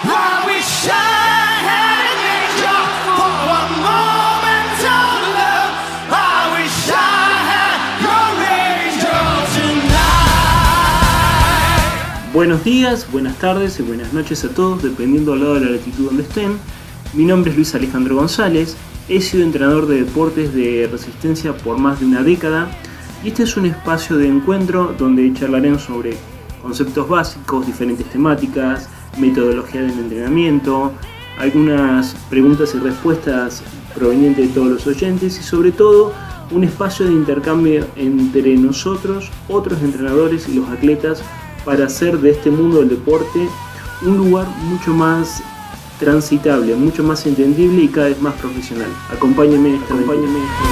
I wish I had an angel for one moment of love. I wish I had your angel tonight. Buenos días, buenas tardes y buenas noches a todos, dependiendo del lado de la latitud donde estén. Mi nombre es Luis Alejandro González, he sido entrenador de deportes de resistencia por más de una década y este es un espacio de encuentro donde charlaremos sobre conceptos básicos, diferentes temáticas, metodología del entrenamiento, algunas preguntas y respuestas provenientes de todos los oyentes y sobre todo un espacio de intercambio entre nosotros, otros entrenadores y los atletas para hacer de este mundo del deporte un lugar mucho más transitable, mucho más entendible y cada vez más profesional. Acompáñenme en esta aventura.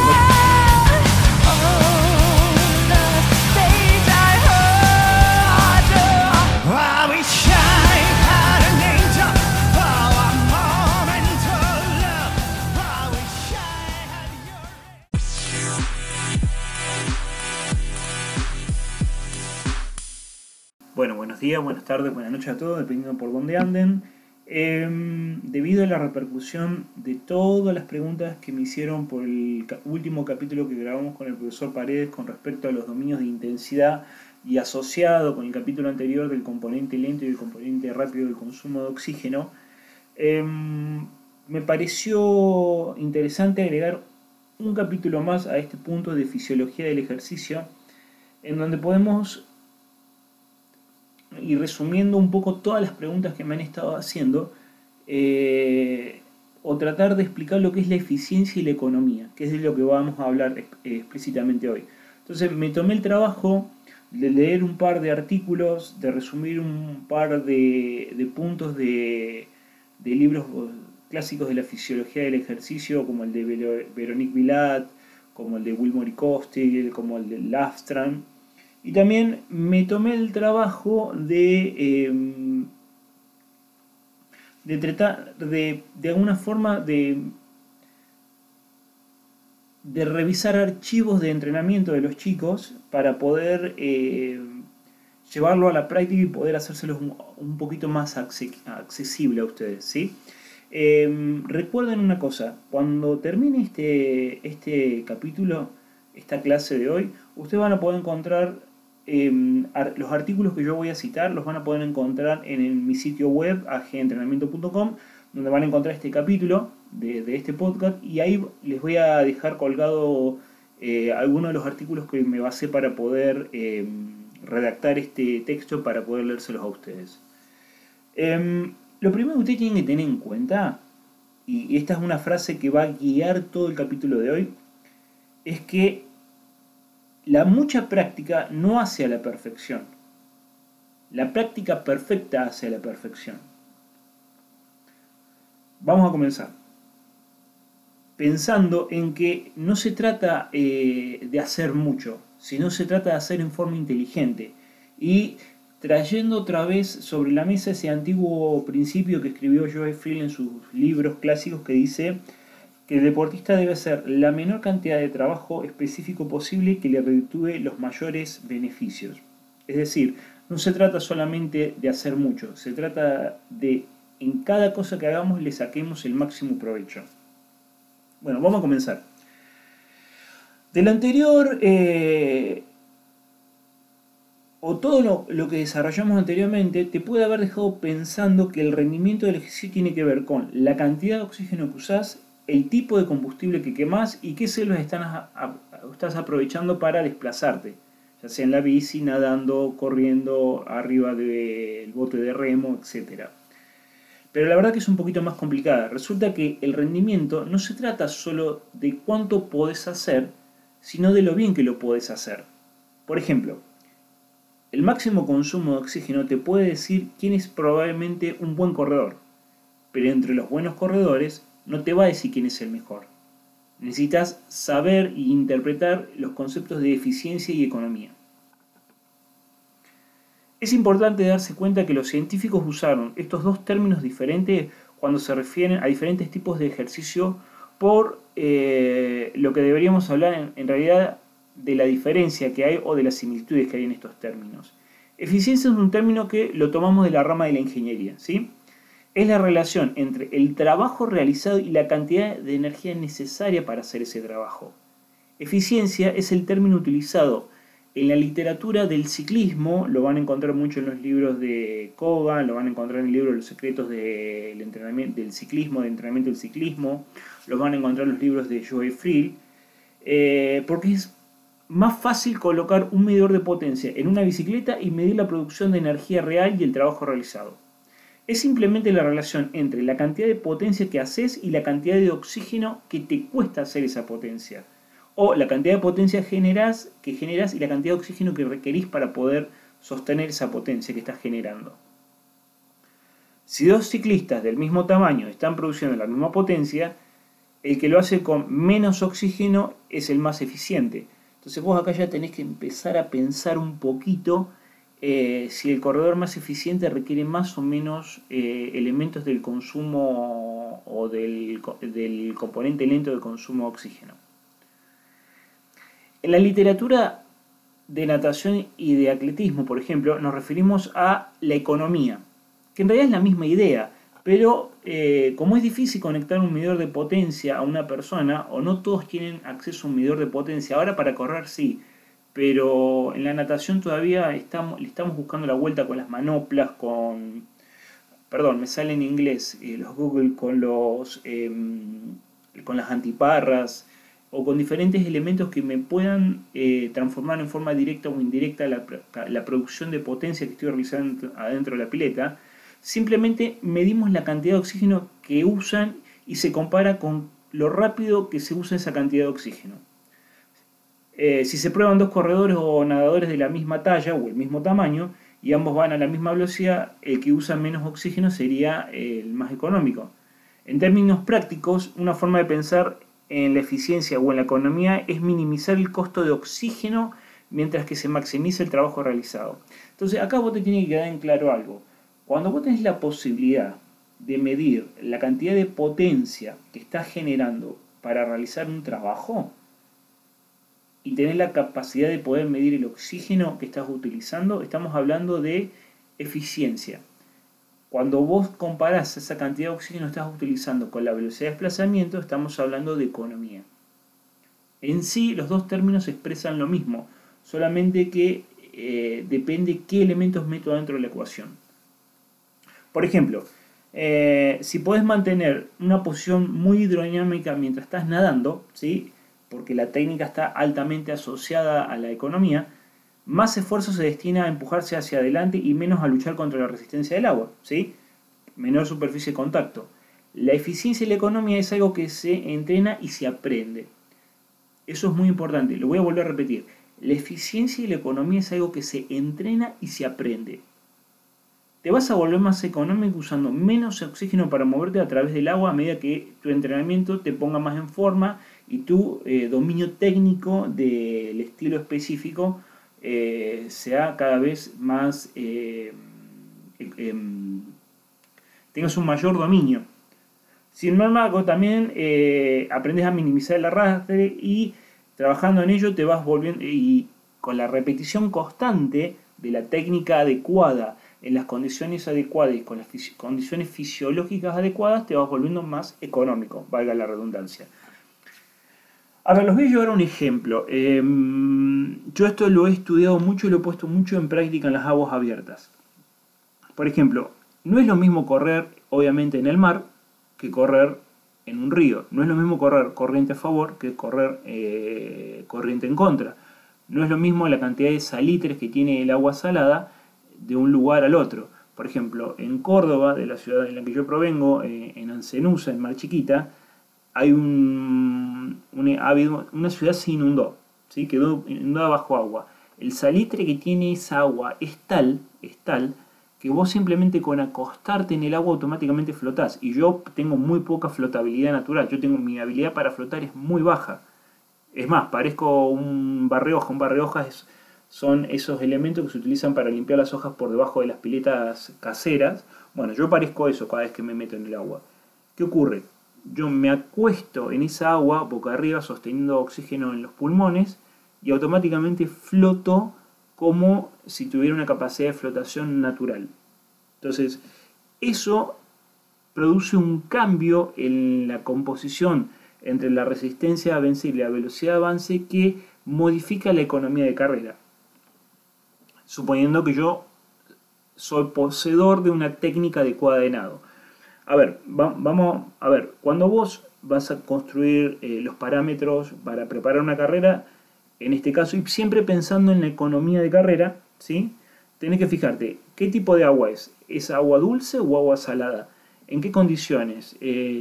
Bueno, buenos días, buenas tardes, buenas noches a todos, dependiendo por dónde anden. Debido a la repercusión de todas las preguntas que me hicieron por el último capítulo que grabamos con el profesor Paredes con respecto a los dominios de intensidad y asociado con el capítulo anterior del componente lento y el componente rápido del consumo de oxígeno, me pareció interesante agregar un capítulo más a este punto de fisiología del ejercicio, en donde podemos y resumiendo un poco todas las preguntas que me han estado haciendo, o tratar de explicar lo que es la eficiencia y la economía, que es de lo que vamos a hablar explícitamente hoy. Entonces me tomé el trabajo de leer un par de artículos, de resumir un par de puntos de libros clásicos de la fisiología del ejercicio, como el de Veronique Vilat, como el de Wilmore y Kostig, como el de Lafstrand. Y también me tomé el trabajo de tratar de alguna forma de revisar archivos de entrenamiento de los chicos para poder llevarlo a la práctica y poder hacérselos un poquito más accesible a ustedes, ¿sí? Recuerden una cosa, cuando termine este capítulo, esta clase de hoy, ustedes van a poder encontrar los artículos que yo voy a citar, los van a poder encontrar en mi sitio web agentrenamiento.com, donde van a encontrar este capítulo de este podcast, y ahí les voy a dejar colgado algunos de los artículos que me basé para poder redactar este texto para poder leérselos a ustedes. Lo primero que ustedes tienen que tener en cuenta, y esta es una frase que va a guiar todo el capítulo de hoy, es que la mucha práctica no hace a la perfección. La práctica perfecta hace a la perfección. Vamos a comenzar. Pensando en que no se trata de hacer mucho, sino se trata de hacer en forma inteligente. Y trayendo otra vez sobre la mesa ese antiguo principio que escribió Joe Friel en sus libros clásicos que dice que el deportista debe hacer la menor cantidad de trabajo específico posible que le reditúe los mayores beneficios. Es decir, no se trata solamente de hacer mucho, se trata de en cada cosa que hagamos le saquemos el máximo provecho. Bueno, vamos a comenzar. De lo anterior, o todo lo que desarrollamos anteriormente, te puede haber dejado pensando que el rendimiento del ejercicio tiene que ver con la cantidad de oxígeno que usás, el tipo de combustible que quemás y qué células estás aprovechando para desplazarte, ya sea en la bici, nadando, corriendo, arriba del bote de remo, etc. Pero la verdad que es un poquito más complicada. Resulta que el rendimiento no se trata solo de cuánto podés hacer, sino de lo bien que lo podés hacer. Por ejemplo, el máximo consumo de oxígeno te puede decir quién es probablemente un buen corredor, pero entre los buenos corredores no te va a decir quién es el mejor. Necesitas saber e interpretar los conceptos de eficiencia y economía. Es importante darse cuenta que los científicos usaron estos dos términos diferentes cuando se refieren a diferentes tipos de ejercicio por lo que deberíamos hablar en realidad de la diferencia que hay o de las similitudes que hay en estos términos. Eficiencia es un término que lo tomamos de la rama de la ingeniería, ¿sí? es la relación entre el trabajo realizado y la cantidad de energía necesaria para hacer ese trabajo. Eficiencia es el término utilizado en la literatura del ciclismo, lo van a encontrar mucho en los libros de Koga, lo van a encontrar en el libro Los secretos del entrenamiento del ciclismo, de entrenamiento del ciclismo, lo van a encontrar en los libros de Joe Friel, porque es más fácil colocar un medidor de potencia en una bicicleta y medir la producción de energía real y el trabajo realizado. Es simplemente la relación entre la cantidad de potencia que haces y la cantidad de oxígeno que te cuesta hacer esa potencia. O la cantidad de potencia que generas y la cantidad de oxígeno que requerís para poder sostener esa potencia que estás generando. Si dos ciclistas del mismo tamaño están produciendo la misma potencia, el que lo hace con menos oxígeno es el más eficiente. Entonces vos acá ya tenés que empezar a pensar un poquito si el corredor más eficiente requiere más o menos elementos del consumo o del componente lento del consumo de oxígeno. En la literatura de natación y de atletismo, por ejemplo, nos referimos a la economía, que en realidad es la misma idea, pero como es difícil conectar un medidor de potencia a una persona, o no todos tienen acceso a un medidor de potencia, ahora para correr sí, pero en la natación todavía le estamos buscando la vuelta con las manoplas, me sale en inglés, los Google con las antiparras, o con diferentes elementos que me puedan transformar en forma directa o indirecta la producción de potencia que estoy realizando adentro de la pileta. Simplemente medimos la cantidad de oxígeno que usan y se compara con lo rápido que se usa esa cantidad de oxígeno. Si se prueban dos corredores o nadadores de la misma talla o el mismo tamaño y ambos van a la misma velocidad, el que usa menos oxígeno sería el más económico. En términos prácticos, una forma de pensar en la eficiencia o en la economía es minimizar el costo de oxígeno mientras que se maximiza el trabajo realizado. Entonces acá vos te tiene que quedar en claro algo. Cuando vos tenés la posibilidad de medir la cantidad de potencia que estás generando para realizar un trabajo y tenés la capacidad de poder medir el oxígeno que estás utilizando, estamos hablando de eficiencia. Cuando vos comparás esa cantidad de oxígeno que estás utilizando con la velocidad de desplazamiento, estamos hablando de economía. En sí, los dos términos expresan lo mismo, solamente que depende qué elementos meto dentro de la ecuación. Por ejemplo, si podés mantener una posición muy hidrodinámica mientras estás nadando, ¿sí? Porque la técnica está altamente asociada a la economía, más esfuerzo se destina a empujarse hacia adelante y menos a luchar contra la resistencia del agua, ¿sí? Menor superficie de contacto. La eficiencia y la economía es algo que se entrena y se aprende. Eso es muy importante, lo voy a volver a repetir. La eficiencia y la economía es algo que se entrena y se aprende. Te vas a volver más económico usando menos oxígeno para moverte a través del agua a medida que tu entrenamiento te ponga más en forma y tu dominio técnico del estilo específico sea cada vez más, tengas un mayor dominio. Sin embargo, también aprendes a minimizar el arrastre y trabajando en ello te vas volviendo, y con la repetición constante de la técnica adecuada en las condiciones adecuadas y con las condiciones fisiológicas adecuadas, te vas volviendo más económico, valga la redundancia. A ver, los voy a llevar un ejemplo. Yo esto lo he estudiado mucho y lo he puesto mucho en práctica en las aguas abiertas. Por ejemplo, no es lo mismo correr, obviamente, en el mar que correr en un río. No es lo mismo correr corriente a favor que correr corriente en contra. No es lo mismo la cantidad de salitres que tiene el agua salada de un lugar al otro. Por ejemplo, en Córdoba, de la ciudad en la que yo provengo, en Ancenusa, en Mar Chiquita, hay una ciudad se inundó, ¿sí? Quedó inundada bajo agua. El salitre que tiene esa agua es tal que vos simplemente con acostarte en el agua automáticamente flotás. Y yo tengo muy poca flotabilidad natural. Mi habilidad para flotar es muy baja. Es más, parezco un barrehoja. Un barrehoja son esos elementos que se utilizan para limpiar las hojas por debajo de las piletas caseras. Bueno, yo parezco eso cada vez que me meto en el agua. ¿Qué ocurre? Yo me acuesto en esa agua boca arriba sosteniendo oxígeno en los pulmones y automáticamente floto como si tuviera una capacidad de flotación natural. Entonces, eso produce un cambio en la composición entre la resistencia a vencer y la velocidad de avance que modifica la economía de carrera. Suponiendo que yo soy poseedor de una técnica adecuada de nado. A ver, vamos a ver, cuando vos vas a construir los parámetros para preparar una carrera, en este caso, y siempre pensando en la economía de carrera, ¿sí? Tenés que fijarte, ¿qué tipo de agua es? ¿Es agua dulce o agua salada? ¿En qué condiciones?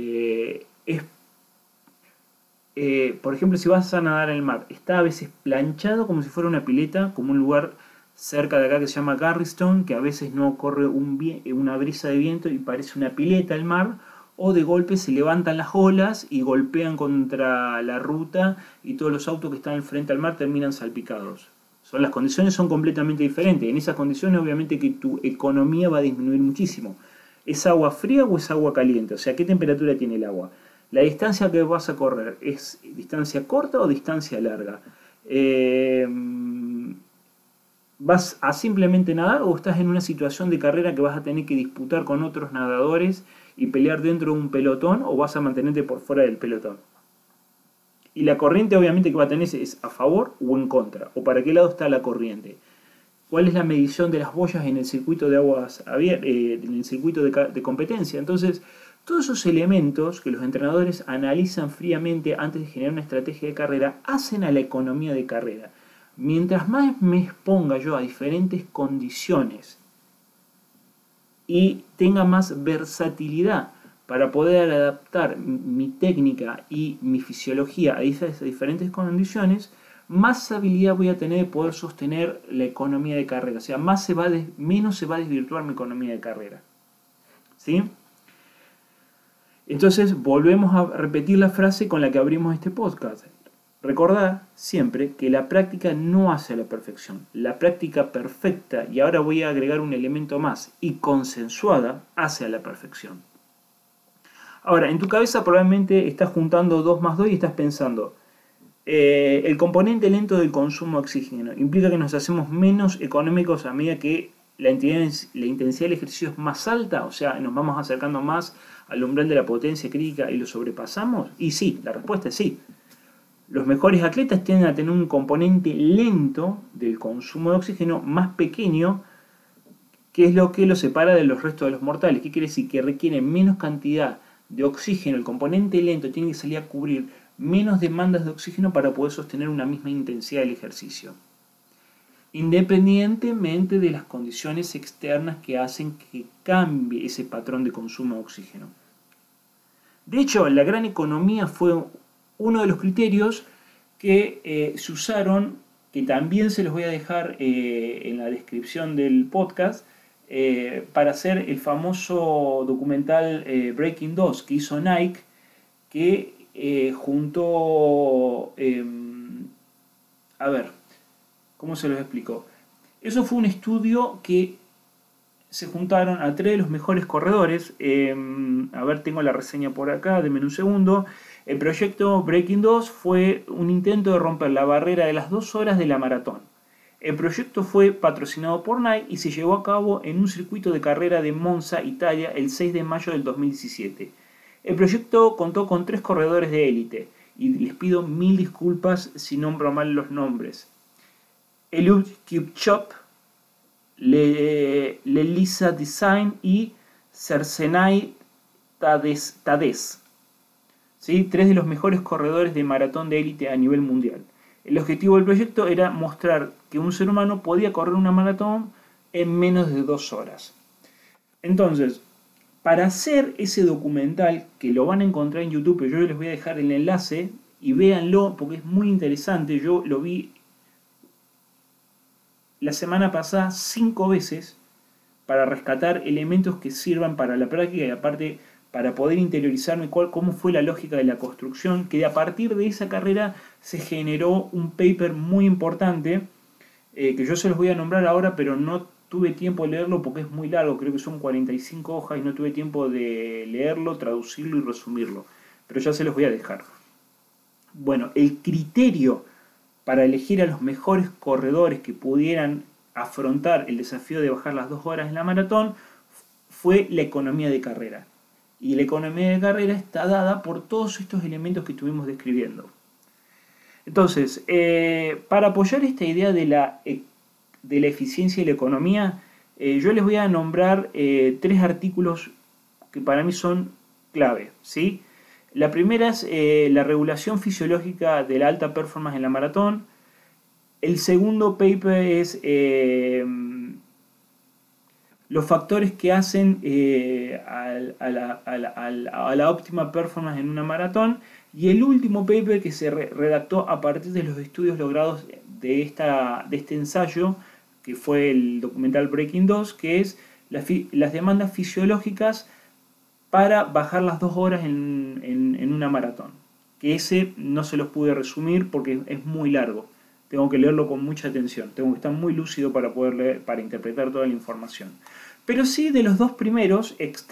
Por ejemplo, si vas a nadar en el mar, está a veces planchado como si fuera una pileta, como un lugar cerca de acá que se llama Garriston, que a veces no corre una brisa de viento y parece una pileta el mar, o de golpe se levantan las olas y golpean contra la ruta y todos los autos que están al frente al mar terminan salpicados. Las condiciones son completamente diferentes. En esas condiciones obviamente que tu economía va a disminuir muchísimo. ¿Es agua fría o es agua caliente? O sea, ¿qué temperatura tiene el agua? La distancia que vas a correr, ¿es distancia corta o distancia larga? ¿Vas a simplemente nadar o estás en una situación de carrera que vas a tener que disputar con otros nadadores y pelear dentro de un pelotón o vas a mantenerte por fuera del pelotón? Y la corriente obviamente que va a tener es a favor o en contra, o para qué lado está la corriente. ¿Cuál es la medición de las boyas en el circuito de aguas abiertas, en el circuito de competencia? Entonces, todos esos elementos que los entrenadores analizan fríamente antes de generar una estrategia de carrera hacen a la economía de carrera. Mientras más me exponga yo a diferentes condiciones y tenga más versatilidad para poder adaptar mi técnica y mi fisiología a esas diferentes condiciones, más habilidad voy a tener de poder sostener la economía de carrera. O sea, menos se va a desvirtuar mi economía de carrera. ¿Sí? Entonces, volvemos a repetir la frase con la que abrimos este podcast. Recordad siempre que la práctica no hace a la perfección. La práctica perfecta, y ahora voy a agregar un elemento más, y consensuada, hace a la perfección. Ahora, en tu cabeza probablemente estás juntando 2 más 2 y estás pensando, el componente lento del consumo de oxígeno implica que nos hacemos menos económicos a medida que la intensidad del ejercicio es más alta, o sea, nos vamos acercando más al umbral de la potencia crítica y lo sobrepasamos. Y sí, la respuesta es sí. Los mejores atletas tienden a tener un componente lento del consumo de oxígeno más pequeño, que es lo que los separa de los restos de los mortales. ¿Qué quiere decir? Que requieren menos cantidad de oxígeno. El componente lento tiene que salir a cubrir menos demandas de oxígeno para poder sostener una misma intensidad del ejercicio, independientemente de las condiciones externas que hacen que cambie ese patrón de consumo de oxígeno. De hecho, la gran economía fue uno de los criterios que se usaron, que también se los voy a dejar en la descripción del podcast, para hacer el famoso documental Breaking 2 que hizo Nike, que juntó... a ver, ¿cómo se los explico? Eso fue un estudio que se juntaron a 3 de los mejores corredores. A ver, tengo la reseña por acá, denme un segundo. El proyecto Breaking 2 fue un intento de romper la barrera de las 2 horas de la maratón. El proyecto fue patrocinado por Nike y se llevó a cabo en un circuito de carrera de Monza, Italia, el 6 de mayo del 2017. El proyecto contó con 3 corredores de élite, y les pido 1000 disculpas si nombro mal los nombres. Eliud Kipchoge, Lelisa Design y Cercenay Tadez. ¿Sí? 3 de los mejores corredores de maratón de élite a nivel mundial. El objetivo del proyecto era mostrar que un ser humano podía correr una maratón en menos de 2 horas. Entonces, para hacer ese documental, que lo van a encontrar en YouTube, pero yo les voy a dejar el enlace y véanlo porque es muy interesante. Yo lo vi la semana pasada 5 veces para rescatar elementos que sirvan para la práctica y aparte para poder interiorizarme cómo fue la lógica de la construcción, que a partir de esa carrera se generó un paper muy importante, que yo se los voy a nombrar ahora, pero no tuve tiempo de leerlo porque es muy largo, creo que son 45 hojas y no tuve tiempo de leerlo, traducirlo y resumirlo, pero ya se los voy a dejar. Bueno, el criterio para elegir a los mejores corredores que pudieran afrontar el desafío de bajar las 2 horas en la maratón fue la economía de carrera. y la economía de carrera está dada por todos estos elementos que estuvimos describiendo. Entonces, para apoyar esta idea de la eficiencia y la economía, yo les voy a nombrar 3 artículos que para mí son clave, ¿sí? La primera es la regulación fisiológica de la alta performance en la maratón. El segundo paper es los factores que hacen a la óptima performance en una maratón. Y el último paper que se redactó a partir de los estudios logrados de este ensayo, que fue el documental Breaking 2, que es las demandas fisiológicas para bajar las 2 horas en una maratón. Que ese no se los pude resumir porque es muy largo. Tengo que leerlo con mucha atención. Tengo que estar muy lúcido para poder leer, para interpretar toda la información. Pero sí, de los 2 primeros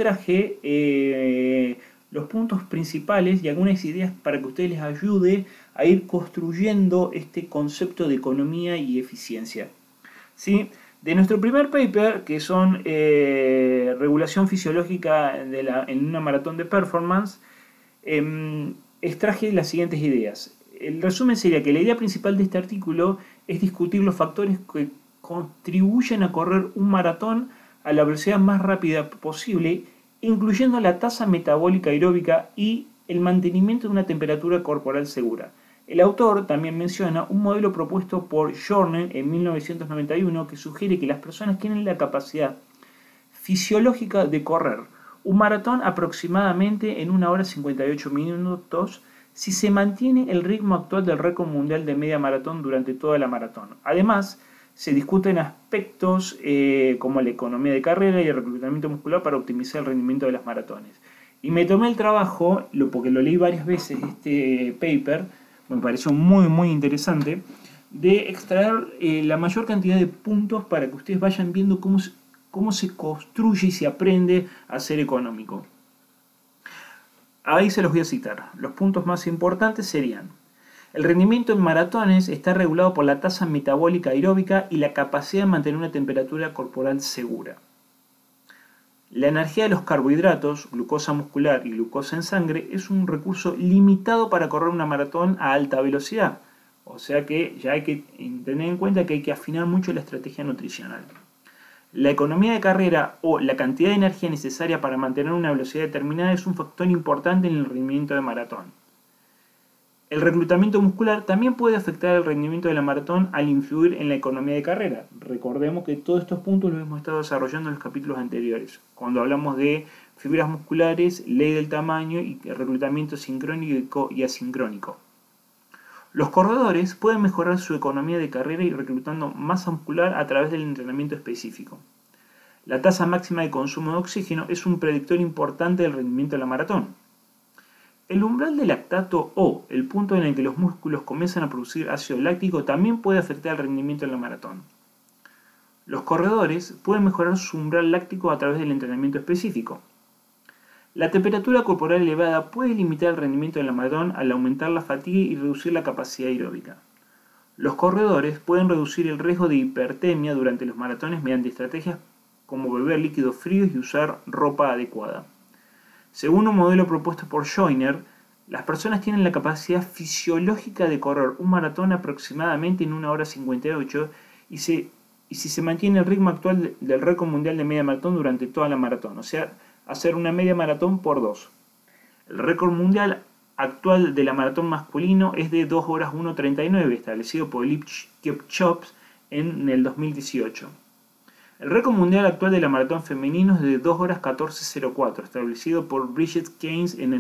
extraje los puntos principales y algunas ideas para que ustedes les ayude a ir construyendo este concepto de economía y eficiencia. ¿Sí? De nuestro primer paper, que son regulación fisiológica en una maratón de performance, extraje las siguientes ideas. El resumen sería que la idea principal de este artículo es discutir los factores que contribuyen a correr un maratón a la velocidad más rápida posible, incluyendo la tasa metabólica aeróbica y el mantenimiento de una temperatura corporal segura. El autor también menciona un modelo propuesto por Jornen en 1991 que sugiere que las personas tienen la capacidad fisiológica de correr un maratón aproximadamente en 1 hora 58 minutos si se mantiene el ritmo actual del récord mundial de media maratón durante toda la maratón. Además, se discuten aspectos como la economía de carrera y el reclutamiento muscular para optimizar el rendimiento de las maratones. Y me tomé el trabajo, porque lo leí varias veces, este paper, me pareció muy interesante, de extraer la mayor cantidad de puntos para que ustedes vayan viendo cómo se construye y se aprende a ser económico. Ahí se los voy a citar. Los puntos más importantes serían: el rendimiento en maratones está regulado por la tasa metabólica aeróbica y la capacidad de mantener una temperatura corporal segura. La energía de los carbohidratos, glucosa muscular y glucosa en sangre, es un recurso limitado para correr una maratón a alta velocidad. O sea que ya hay que tener en cuenta que hay que afinar mucho la estrategia nutricional. La economía de carrera o la cantidad de energía necesaria para mantener una velocidad determinada es un factor importante en el rendimiento de maratón. El reclutamiento muscular también puede afectar el rendimiento de la maratón al influir en la economía de carrera. Recordemos que todos estos puntos los hemos estado desarrollando en los capítulos anteriores, cuando hablamos de fibras musculares, ley del tamaño y reclutamiento sincrónico y asincrónico. Los corredores pueden mejorar su economía de carrera y reclutando masa muscular a través del entrenamiento específico. La tasa máxima de consumo de oxígeno es un predictor importante del rendimiento de la maratón. El umbral de lactato o el punto en el que los músculos comienzan a producir ácido láctico también puede afectar el rendimiento en la maratón. Los corredores pueden mejorar su umbral láctico a través del entrenamiento específico. La temperatura corporal elevada puede limitar el rendimiento de la maratón al aumentar la fatiga y reducir la capacidad aeróbica. Los corredores pueden reducir el riesgo de hipertermia durante los maratones mediante estrategias como beber líquidos fríos y usar ropa adecuada. Según un modelo propuesto por Joyner, las personas tienen la capacidad fisiológica de correr un maratón aproximadamente en 1 hora 58 y si se mantiene el ritmo actual del récord mundial de media maratón durante toda la maratón, o sea, hacer una media maratón por 2. El récord mundial actual de la maratón masculino es de 2 horas 1:39, establecido por Eliud Kipchoge en el 2018. El récord mundial actual de la maratón femenino es de 2 horas 14:04, establecido por Bridget Keynes en el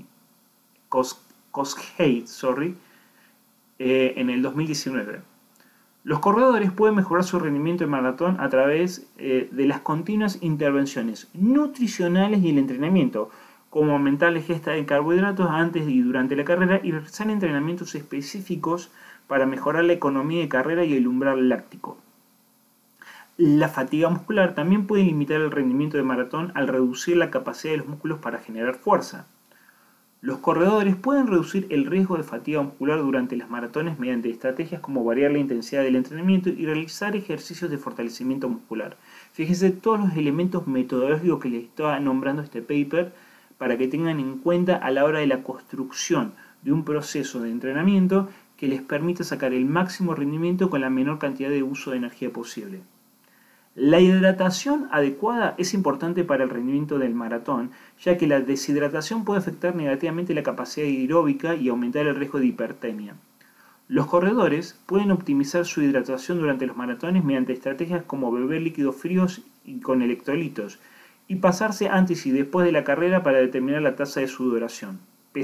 2019. Los corredores pueden mejorar su rendimiento en maratón a través de las continuas intervenciones nutricionales y el entrenamiento, como aumentar la ingesta de carbohidratos antes y durante la carrera y realizar entrenamientos específicos para mejorar la economía de carrera y el umbral láctico. La fatiga muscular también puede limitar el rendimiento de maratón al reducir la capacidad de los músculos para generar fuerza. Los corredores pueden reducir el riesgo de fatiga muscular durante las maratones mediante estrategias como variar la intensidad del entrenamiento y realizar ejercicios de fortalecimiento muscular. Fíjense todos los elementos metodológicos que les estaba nombrando este paper para que tengan en cuenta a la hora de la construcción de un proceso de entrenamiento que les permita sacar el máximo rendimiento con la menor cantidad de uso de energía posible. La hidratación adecuada es importante para el rendimiento del maratón, ya que la deshidratación puede afectar negativamente la capacidad aeróbica y aumentar el riesgo de hipertermia. Los corredores pueden optimizar su hidratación durante los maratones mediante estrategias como beber líquidos fríos y con electrolitos, y pasarse antes y después de la carrera para determinar la tasa de sudoración.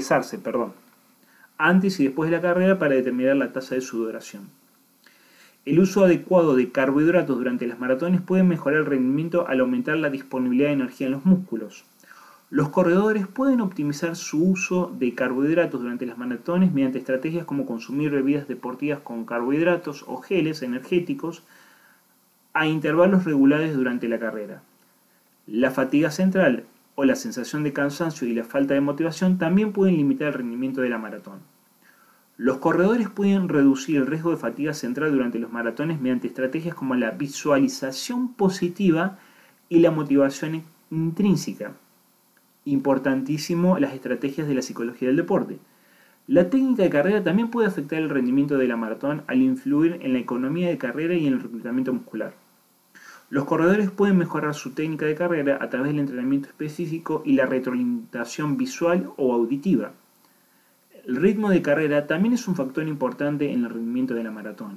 Antes y después de la carrera para determinar la tasa de sudoración. El uso adecuado de carbohidratos durante las maratones puede mejorar el rendimiento al aumentar la disponibilidad de energía en los músculos. Los corredores pueden optimizar su uso de carbohidratos durante las maratones mediante estrategias como consumir bebidas deportivas con carbohidratos o geles energéticos a intervalos regulares durante la carrera. La fatiga central o la sensación de cansancio y la falta de motivación también pueden limitar el rendimiento de la maratón. Los corredores pueden reducir el riesgo de fatiga central durante los maratones mediante estrategias como la visualización positiva y la motivación intrínseca. Importantísimo las estrategias de la psicología del deporte. La técnica de carrera también puede afectar el rendimiento de la maratón al influir en la economía de carrera y en el reclutamiento muscular. Los corredores pueden mejorar su técnica de carrera a través del entrenamiento específico y la retroalimentación visual o auditiva. El ritmo de carrera también es un factor importante en el rendimiento de la maratón,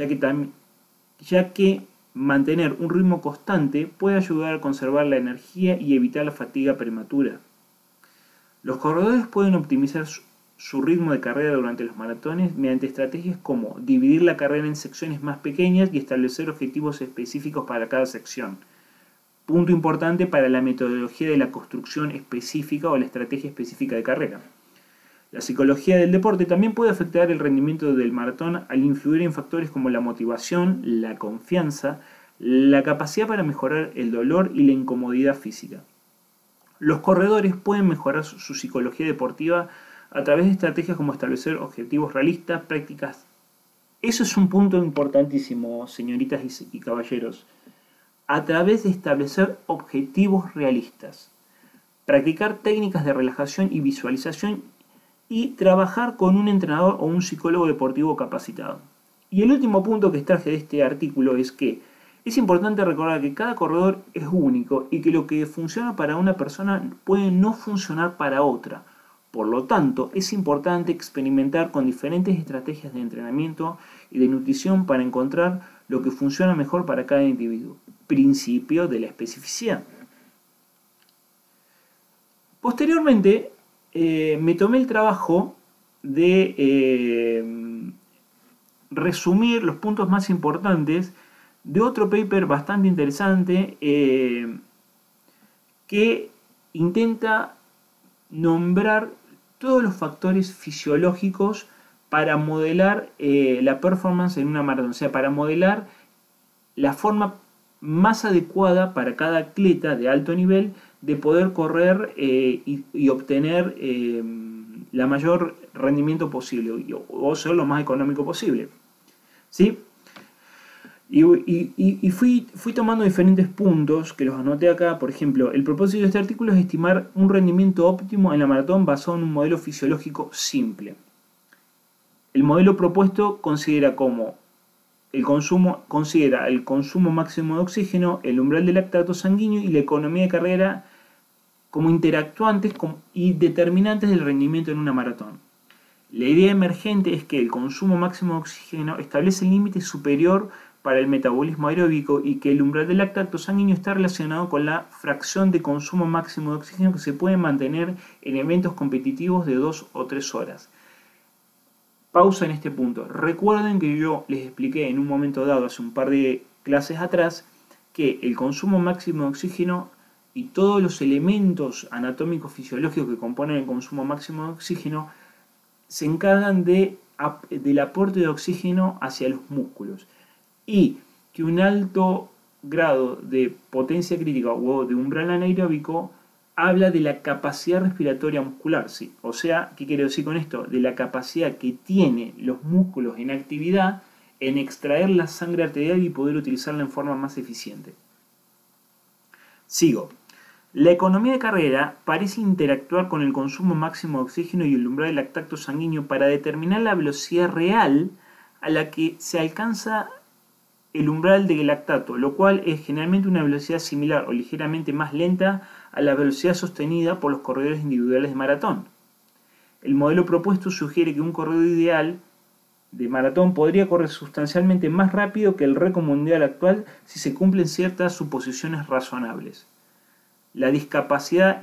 ya que mantener un ritmo constante puede ayudar a conservar la energía y evitar la fatiga prematura. Los corredores pueden optimizar su ritmo de carrera durante los maratones mediante estrategias como dividir la carrera en secciones más pequeñas y establecer objetivos específicos para cada sección. Punto importante para la metodología de la construcción específica o la estrategia específica de carrera. La psicología del deporte también puede afectar el rendimiento del maratón al influir en factores como la motivación, la confianza, la capacidad para mejorar el dolor y la incomodidad física. Los corredores pueden mejorar su psicología deportiva a través de estrategias como establecer objetivos realistas, prácticas. Eso es un punto importantísimo, señoritas y caballeros. A través de establecer objetivos realistas, practicar técnicas de relajación y visualización y trabajar con un entrenador o un psicólogo deportivo capacitado. Y el último punto que extraje de este artículo es que es importante recordar que cada corredor es único y que lo que funciona para una persona puede no funcionar para otra. Por lo tanto, es importante experimentar con diferentes estrategias de entrenamiento y de nutrición para encontrar lo que funciona mejor para cada individuo. Principio de la especificidad. Posteriormente, me tomé el trabajo de resumir los puntos más importantes de otro paper bastante interesante que intenta nombrar todos los factores fisiológicos para modelar la performance en una maratón, o sea, para modelar la forma más adecuada para cada atleta de alto nivel de poder correr y obtener la mayor rendimiento posible o ser lo más económico posible. ¿Sí? Y fui tomando diferentes puntos que los anoté acá. Por ejemplo, el propósito de este artículo es estimar un rendimiento óptimo en la maratón basado en un modelo fisiológico simple. El modelo propuesto considera el consumo máximo de oxígeno, el umbral de lactato sanguíneo y la economía de carrera como interactuantes y determinantes del rendimiento en una maratón. La idea emergente es que el consumo máximo de oxígeno establece el límite superior para el metabolismo aeróbico y que el umbral de lactato sanguíneo está relacionado con la fracción de consumo máximo de oxígeno que se puede mantener en eventos competitivos de 2 o 3 horas. Pausa en este punto. Recuerden que yo les expliqué en un momento dado, hace un par de clases atrás, que el consumo máximo de oxígeno y todos los elementos anatómicos fisiológicos que componen el consumo máximo de oxígeno se encargan del aporte de oxígeno hacia los músculos. Y que un alto grado de potencia crítica o de umbral anaeróbico habla de la capacidad respiratoria muscular, ¿sí? O sea, ¿qué quiero decir con esto? De la capacidad que tienen los músculos en actividad en extraer la sangre arterial y poder utilizarla en forma más eficiente. Sigo. La economía de carrera parece interactuar con el consumo máximo de oxígeno y el umbral del lactato sanguíneo para determinar la velocidad real a la que se alcanza el umbral de lactato, lo cual es generalmente una velocidad similar o ligeramente más lenta a la velocidad sostenida por los corredores individuales de maratón. El modelo propuesto sugiere que un corredor ideal de maratón podría correr sustancialmente más rápido que el récord mundial actual si se cumplen ciertas suposiciones razonables. La disparidad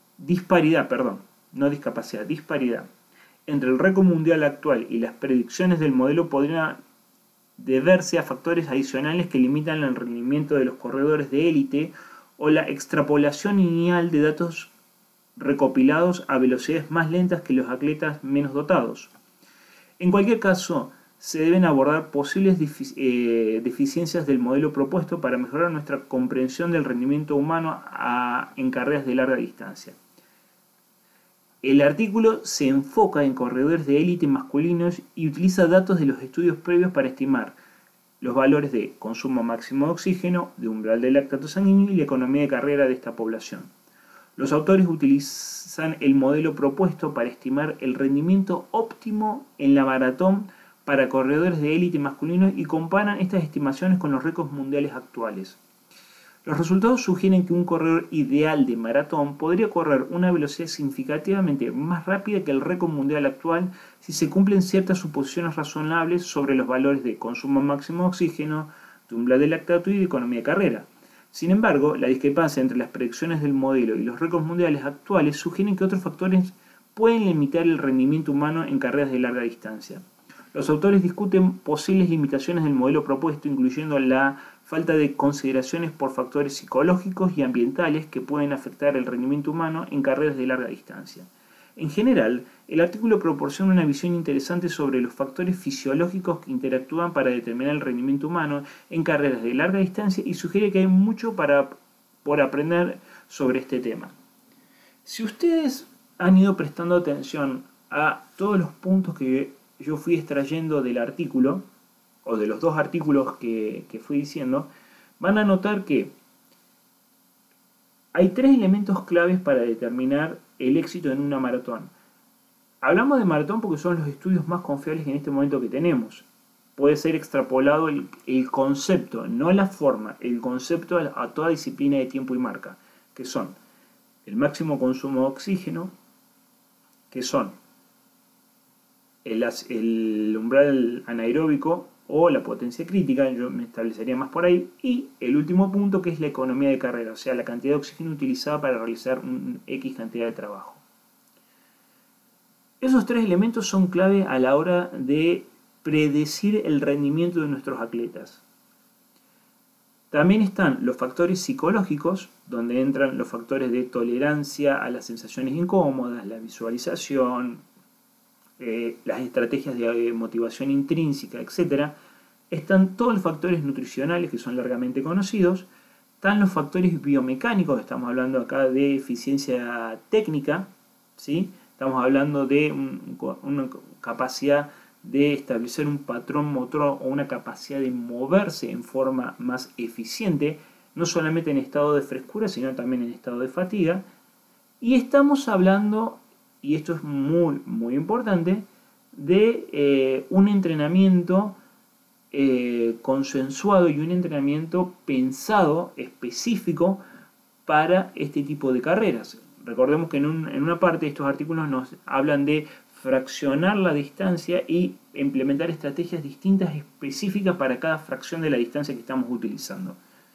entre el récord mundial actual y las predicciones del modelo podría deberse a factores adicionales que limitan el rendimiento de los corredores de élite o la extrapolación lineal de datos recopilados a velocidades más lentas que los atletas menos dotados. En cualquier caso, se deben abordar posibles deficiencias del modelo propuesto para mejorar nuestra comprensión del rendimiento humano en carreras de larga distancia. El artículo se enfoca en corredores de élite masculinos y utiliza datos de los estudios previos para estimar los valores de consumo máximo de oxígeno, de umbral de lactato sanguíneo y la economía de carrera de esta población. Los autores utilizan el modelo propuesto para estimar el rendimiento óptimo en la maratón para corredores de élite masculinos y comparan estas estimaciones con los récords mundiales actuales. Los resultados sugieren que un corredor ideal de maratón podría correr una velocidad significativamente más rápida que el récord mundial actual si se cumplen ciertas suposiciones razonables sobre los valores de consumo máximo de oxígeno, de umbral de lactato y de economía de carrera. Sin embargo, la discrepancia entre las predicciones del modelo y los récords mundiales actuales sugieren que otros factores pueden limitar el rendimiento humano en carreras de larga distancia. Los autores discuten posibles limitaciones del modelo propuesto, incluyendo la falta de consideraciones por factores psicológicos y ambientales que pueden afectar el rendimiento humano en carreras de larga distancia. En general, el artículo proporciona una visión interesante sobre los factores fisiológicos que interactúan para determinar el rendimiento humano en carreras de larga distancia y sugiere que hay mucho por aprender sobre este tema. Si ustedes han ido prestando atención a todos los puntos que yo fui extrayendo del artículo, o de los dos artículos que fui diciendo, van a notar que hay tres elementos claves para determinar el éxito en una maratón. Hablamos de maratón porque son los estudios más confiables en este momento que tenemos. Puede ser extrapolado el concepto, no la forma, el concepto a toda disciplina de tiempo y marca, que son el máximo consumo de oxígeno, que son el umbral anaeróbico o la potencia crítica, yo me establecería más por ahí, y el último punto que es la economía de carrera, o sea, la cantidad de oxígeno utilizada para realizar un X cantidad de trabajo. Esos tres elementos son clave a la hora de predecir el rendimiento de nuestros atletas. También están los factores psicológicos, donde entran los factores de tolerancia a las sensaciones incómodas, la visualización, las estrategias de motivación intrínseca, etc. Están todos los factores nutricionales que son largamente conocidos. Están los factores biomecánicos, estamos hablando acá de eficiencia técnica, ¿sí? Estamos hablando de una capacidad de establecer un patrón motor o una capacidad de moverse en forma más eficiente, no solamente en estado de frescura, sino también en estado de fatiga. Y estamos hablando, y esto es muy, muy importante, de un entrenamiento consensuado y un entrenamiento pensado, específico, para este tipo de carreras. Recordemos que en una parte de estos artículos nos hablan de fraccionar la distancia y implementar estrategias distintas específicas para cada fracción de la distancia que estamos utilizando.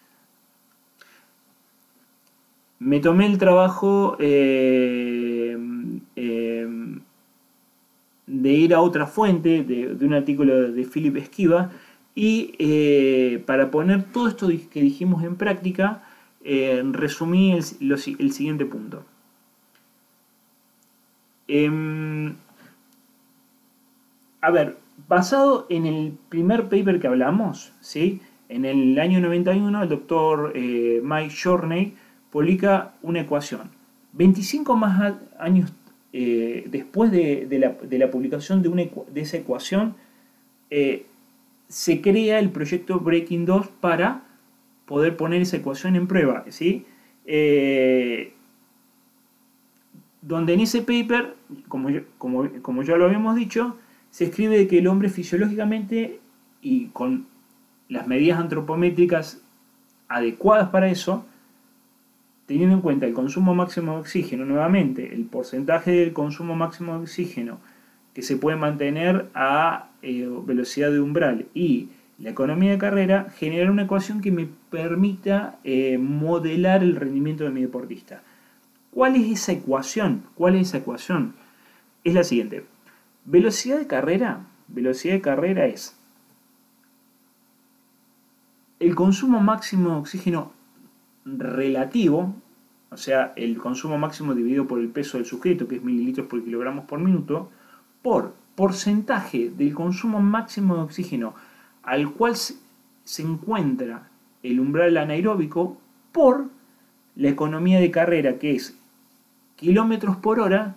Me tomé el trabajo de ir a otra fuente, de un artículo de Philip Esquiva, y para poner todo esto que dijimos en práctica, resumí el siguiente punto. A ver, basado en el primer paper que hablamos, ¿sí? En el año 91 el doctor Mike Shorney publica una ecuación. 25 más años después de la publicación de esa ecuación, se crea el proyecto Breaking 2 para poder poner esa ecuación en prueba, ¿sí? Eh, donde en ese paper, como ya lo habíamos dicho, se escribe que el hombre fisiológicamente y con las medidas antropométricas adecuadas para eso, teniendo en cuenta el consumo máximo de oxígeno, nuevamente, el porcentaje del consumo máximo de oxígeno que se puede mantener a velocidad de umbral y la economía de carrera, generar una ecuación que me permita modelar el rendimiento de mi deportista. ¿Cuál es esa ecuación? ¿Cuál es esa ecuación? Es la siguiente. Velocidad de carrera es el consumo máximo de oxígeno relativo, o sea, el consumo máximo dividido por el peso del sujeto, que es mililitros por kilogramos por minuto, por porcentaje del consumo máximo de oxígeno al cual se encuentra el umbral anaeróbico por la economía de carrera, que es kilómetros por hora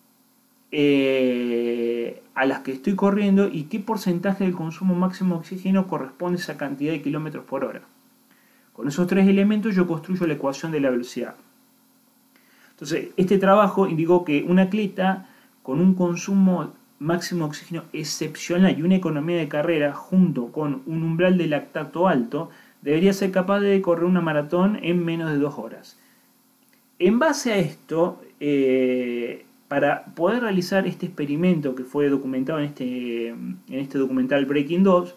a las que estoy corriendo y qué porcentaje del consumo máximo de oxígeno corresponde a esa cantidad de kilómetros por hora. Con esos tres elementos yo construyo la ecuación de la velocidad. Entonces, este trabajo indicó que un atleta con un consumo máximo de oxígeno excepcional y una economía de carrera junto con un umbral de lactato alto debería ser capaz de correr una maratón en menos de 2 horas. En base a esto, para poder realizar este experimento que fue documentado en este documental Breaking 2,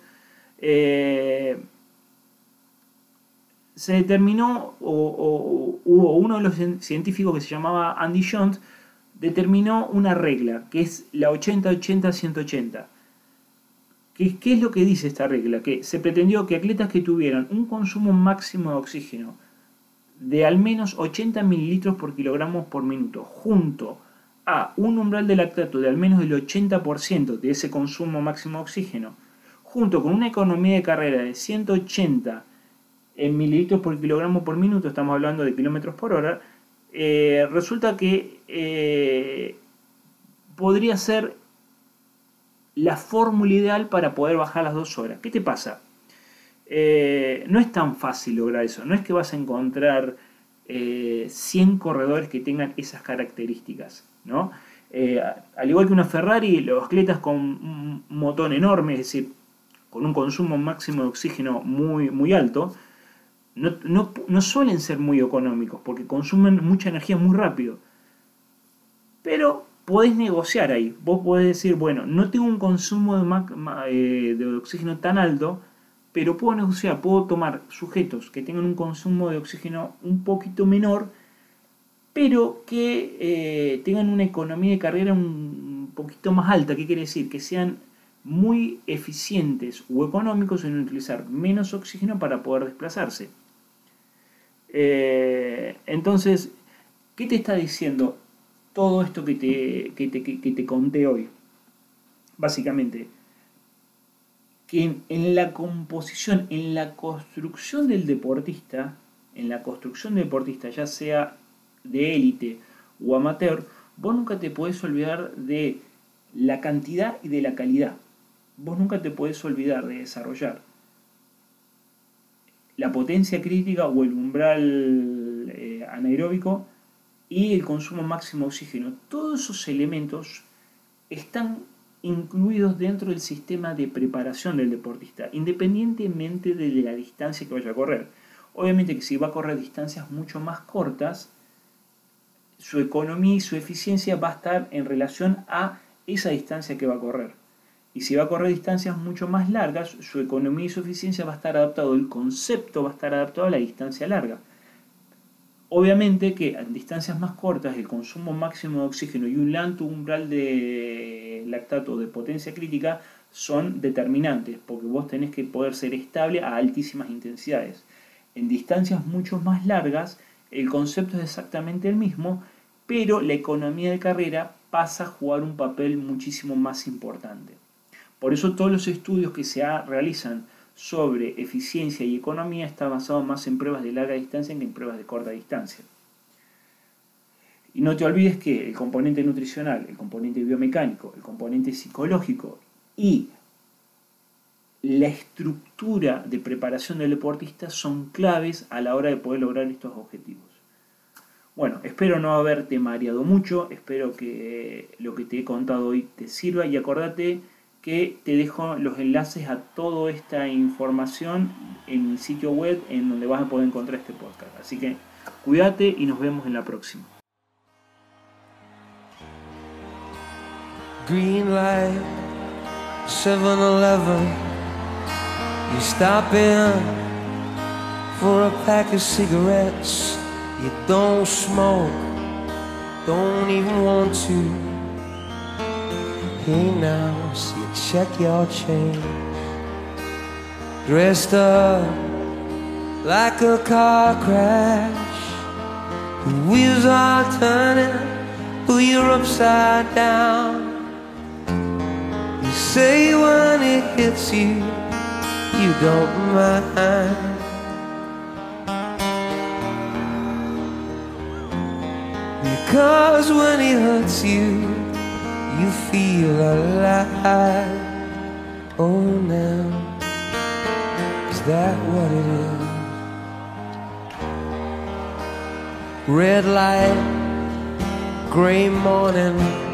se determinó, hubo uno de los científicos que se llamaba Andy Jones, determinó una regla, que es la 80-80-180. ¿Qué es lo que dice esta regla? Que se pretendió que atletas que tuvieran un consumo máximo de oxígeno de al menos 80 mililitros por kilogramo por minuto, junto a un umbral de lactato de al menos el 80% de ese consumo máximo de oxígeno, junto con una economía de carrera de 180 en mililitros por kilogramo por minuto, estamos hablando de kilómetros por hora, resulta que podría ser la fórmula ideal para poder bajar las 2 horas. ¿Qué te pasa? No es tan fácil lograr eso. No es que vas a encontrar 100 corredores que tengan esas características, ¿no? Al igual que una Ferrari, los atletas con un motor enorme, es decir, con un consumo máximo de oxígeno muy alto, no suelen ser muy económicos porque consumen mucha energía muy rápido. Pero podés negociar ahí. Vos podés decir, bueno, no tengo un consumo de oxígeno tan alto, pero puedo negociar, puedo tomar sujetos que tengan un consumo de oxígeno un poquito menor, pero que tengan una economía de carrera un poquito más alta. ¿Qué quiere decir? Que sean muy eficientes o económicos en utilizar menos oxígeno para poder desplazarse. Entonces, ¿qué te está diciendo todo esto que te conté hoy? Básicamente, que en la composición, en la construcción del deportista, ya sea de élite o amateur, vos nunca te podés olvidar de la cantidad y de la calidad. Vos nunca te podés olvidar de desarrollar la potencia crítica o el umbral anaeróbico y el consumo máximo de oxígeno. Todos esos elementos están incluidos dentro del sistema de preparación del deportista, independientemente de la distancia que vaya a correr. Obviamente que si va a correr distancias mucho más cortas, su economía y su eficiencia va a estar en relación a esa distancia que va a correr. Y si va a correr distancias mucho más largas, su economía y su eficiencia va a estar adaptado, el concepto va a estar adaptado a la distancia larga. Obviamente que en distancias más cortas el consumo máximo de oxígeno y un alto umbral de lactato de potencia crítica son determinantes, porque vos tenés que poder ser estable a altísimas intensidades. En distancias mucho más largas el concepto es exactamente el mismo, pero la economía de carrera pasa a jugar un papel muchísimo más importante. Por eso todos los estudios que se realizan sobre eficiencia y economía están basados más en pruebas de larga distancia que en pruebas de corta distancia. Y no te olvides que el componente nutricional, el componente biomecánico, el componente psicológico y la estructura de preparación del deportista son claves a la hora de poder lograr estos objetivos. Bueno, espero no haberte mareado mucho, espero que lo que te he contado hoy te sirva y acordate que te dejo los enlaces a toda esta información en mi sitio web en donde vas a poder encontrar este podcast. Así que cuídate y nos vemos en la próxima. Green light, 7-Eleven. You stop in for a pack of cigarettes. You don't smoke, don't even want to. Hey now, so you check your change. Dressed up like a car crash. The wheels are turning, but you're upside down. You say when it hits you, you don't mind. Because when it hurts you, you feel alive. Oh now, is that what it is? Red light, gray morning.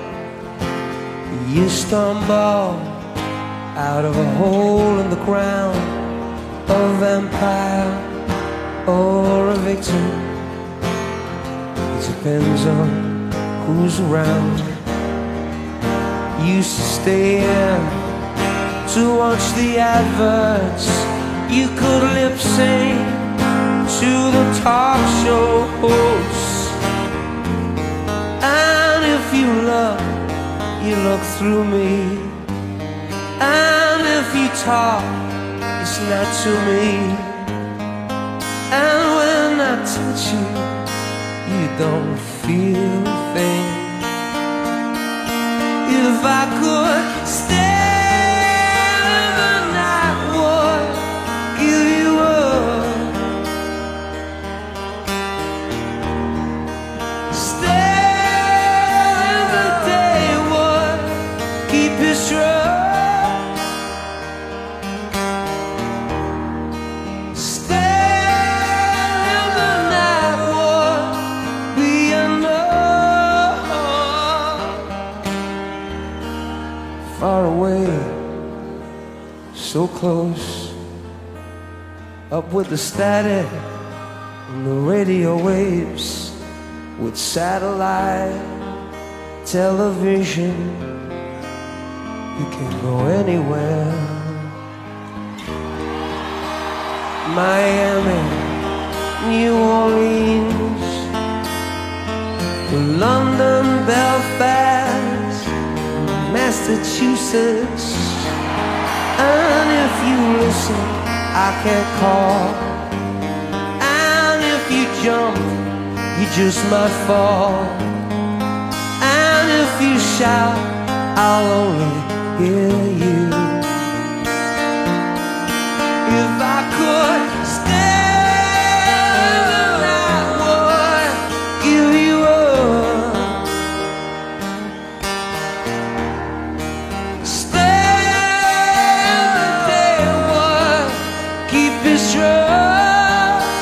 You stumble out of a hole in the ground, a vampire or a victim. It depends on who's around. Used to stay in to watch the adverts. You could lip sync to the talk show hosts. And if you look, you look through me. And if you talk, it's not to me. And when I touch you, you don't feel a thing. If I could stand in the night, would give you up. Stand in the day, would keep his trust. Stand in the night, would be enough. Far away, so close, up with the static on the radio waves, with satellite television. You can go anywhere. Miami, New Orleans, London, Belfast, Massachusetts. And if you listen, I can call. And if you jump, you just might fall. And if you shout, I'll only hear you. If I could stand and I would give you up. Stand the day would keep his trust.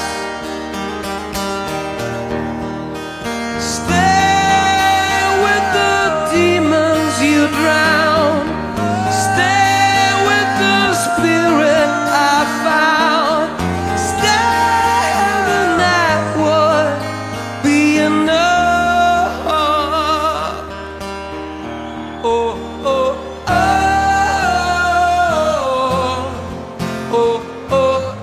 Stay with the demons you drown. Stay with the spirit I found. Stay the night would be enough. Oh, oh, oh, oh, oh, oh,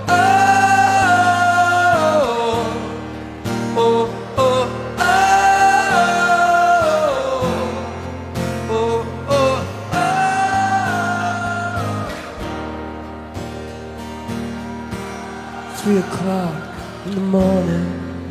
oh, oh, oh. Oh, oh, oh. 3 o'clock in the morning.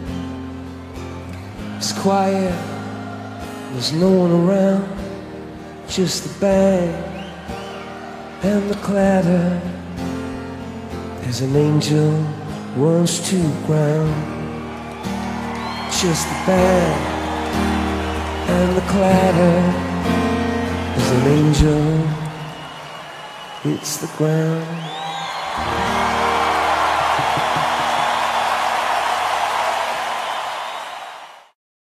It's quiet. There's no one around. Just the bang and the clatter as an angel runs to the ground. Just the bang and the clatter as an angel hits the ground.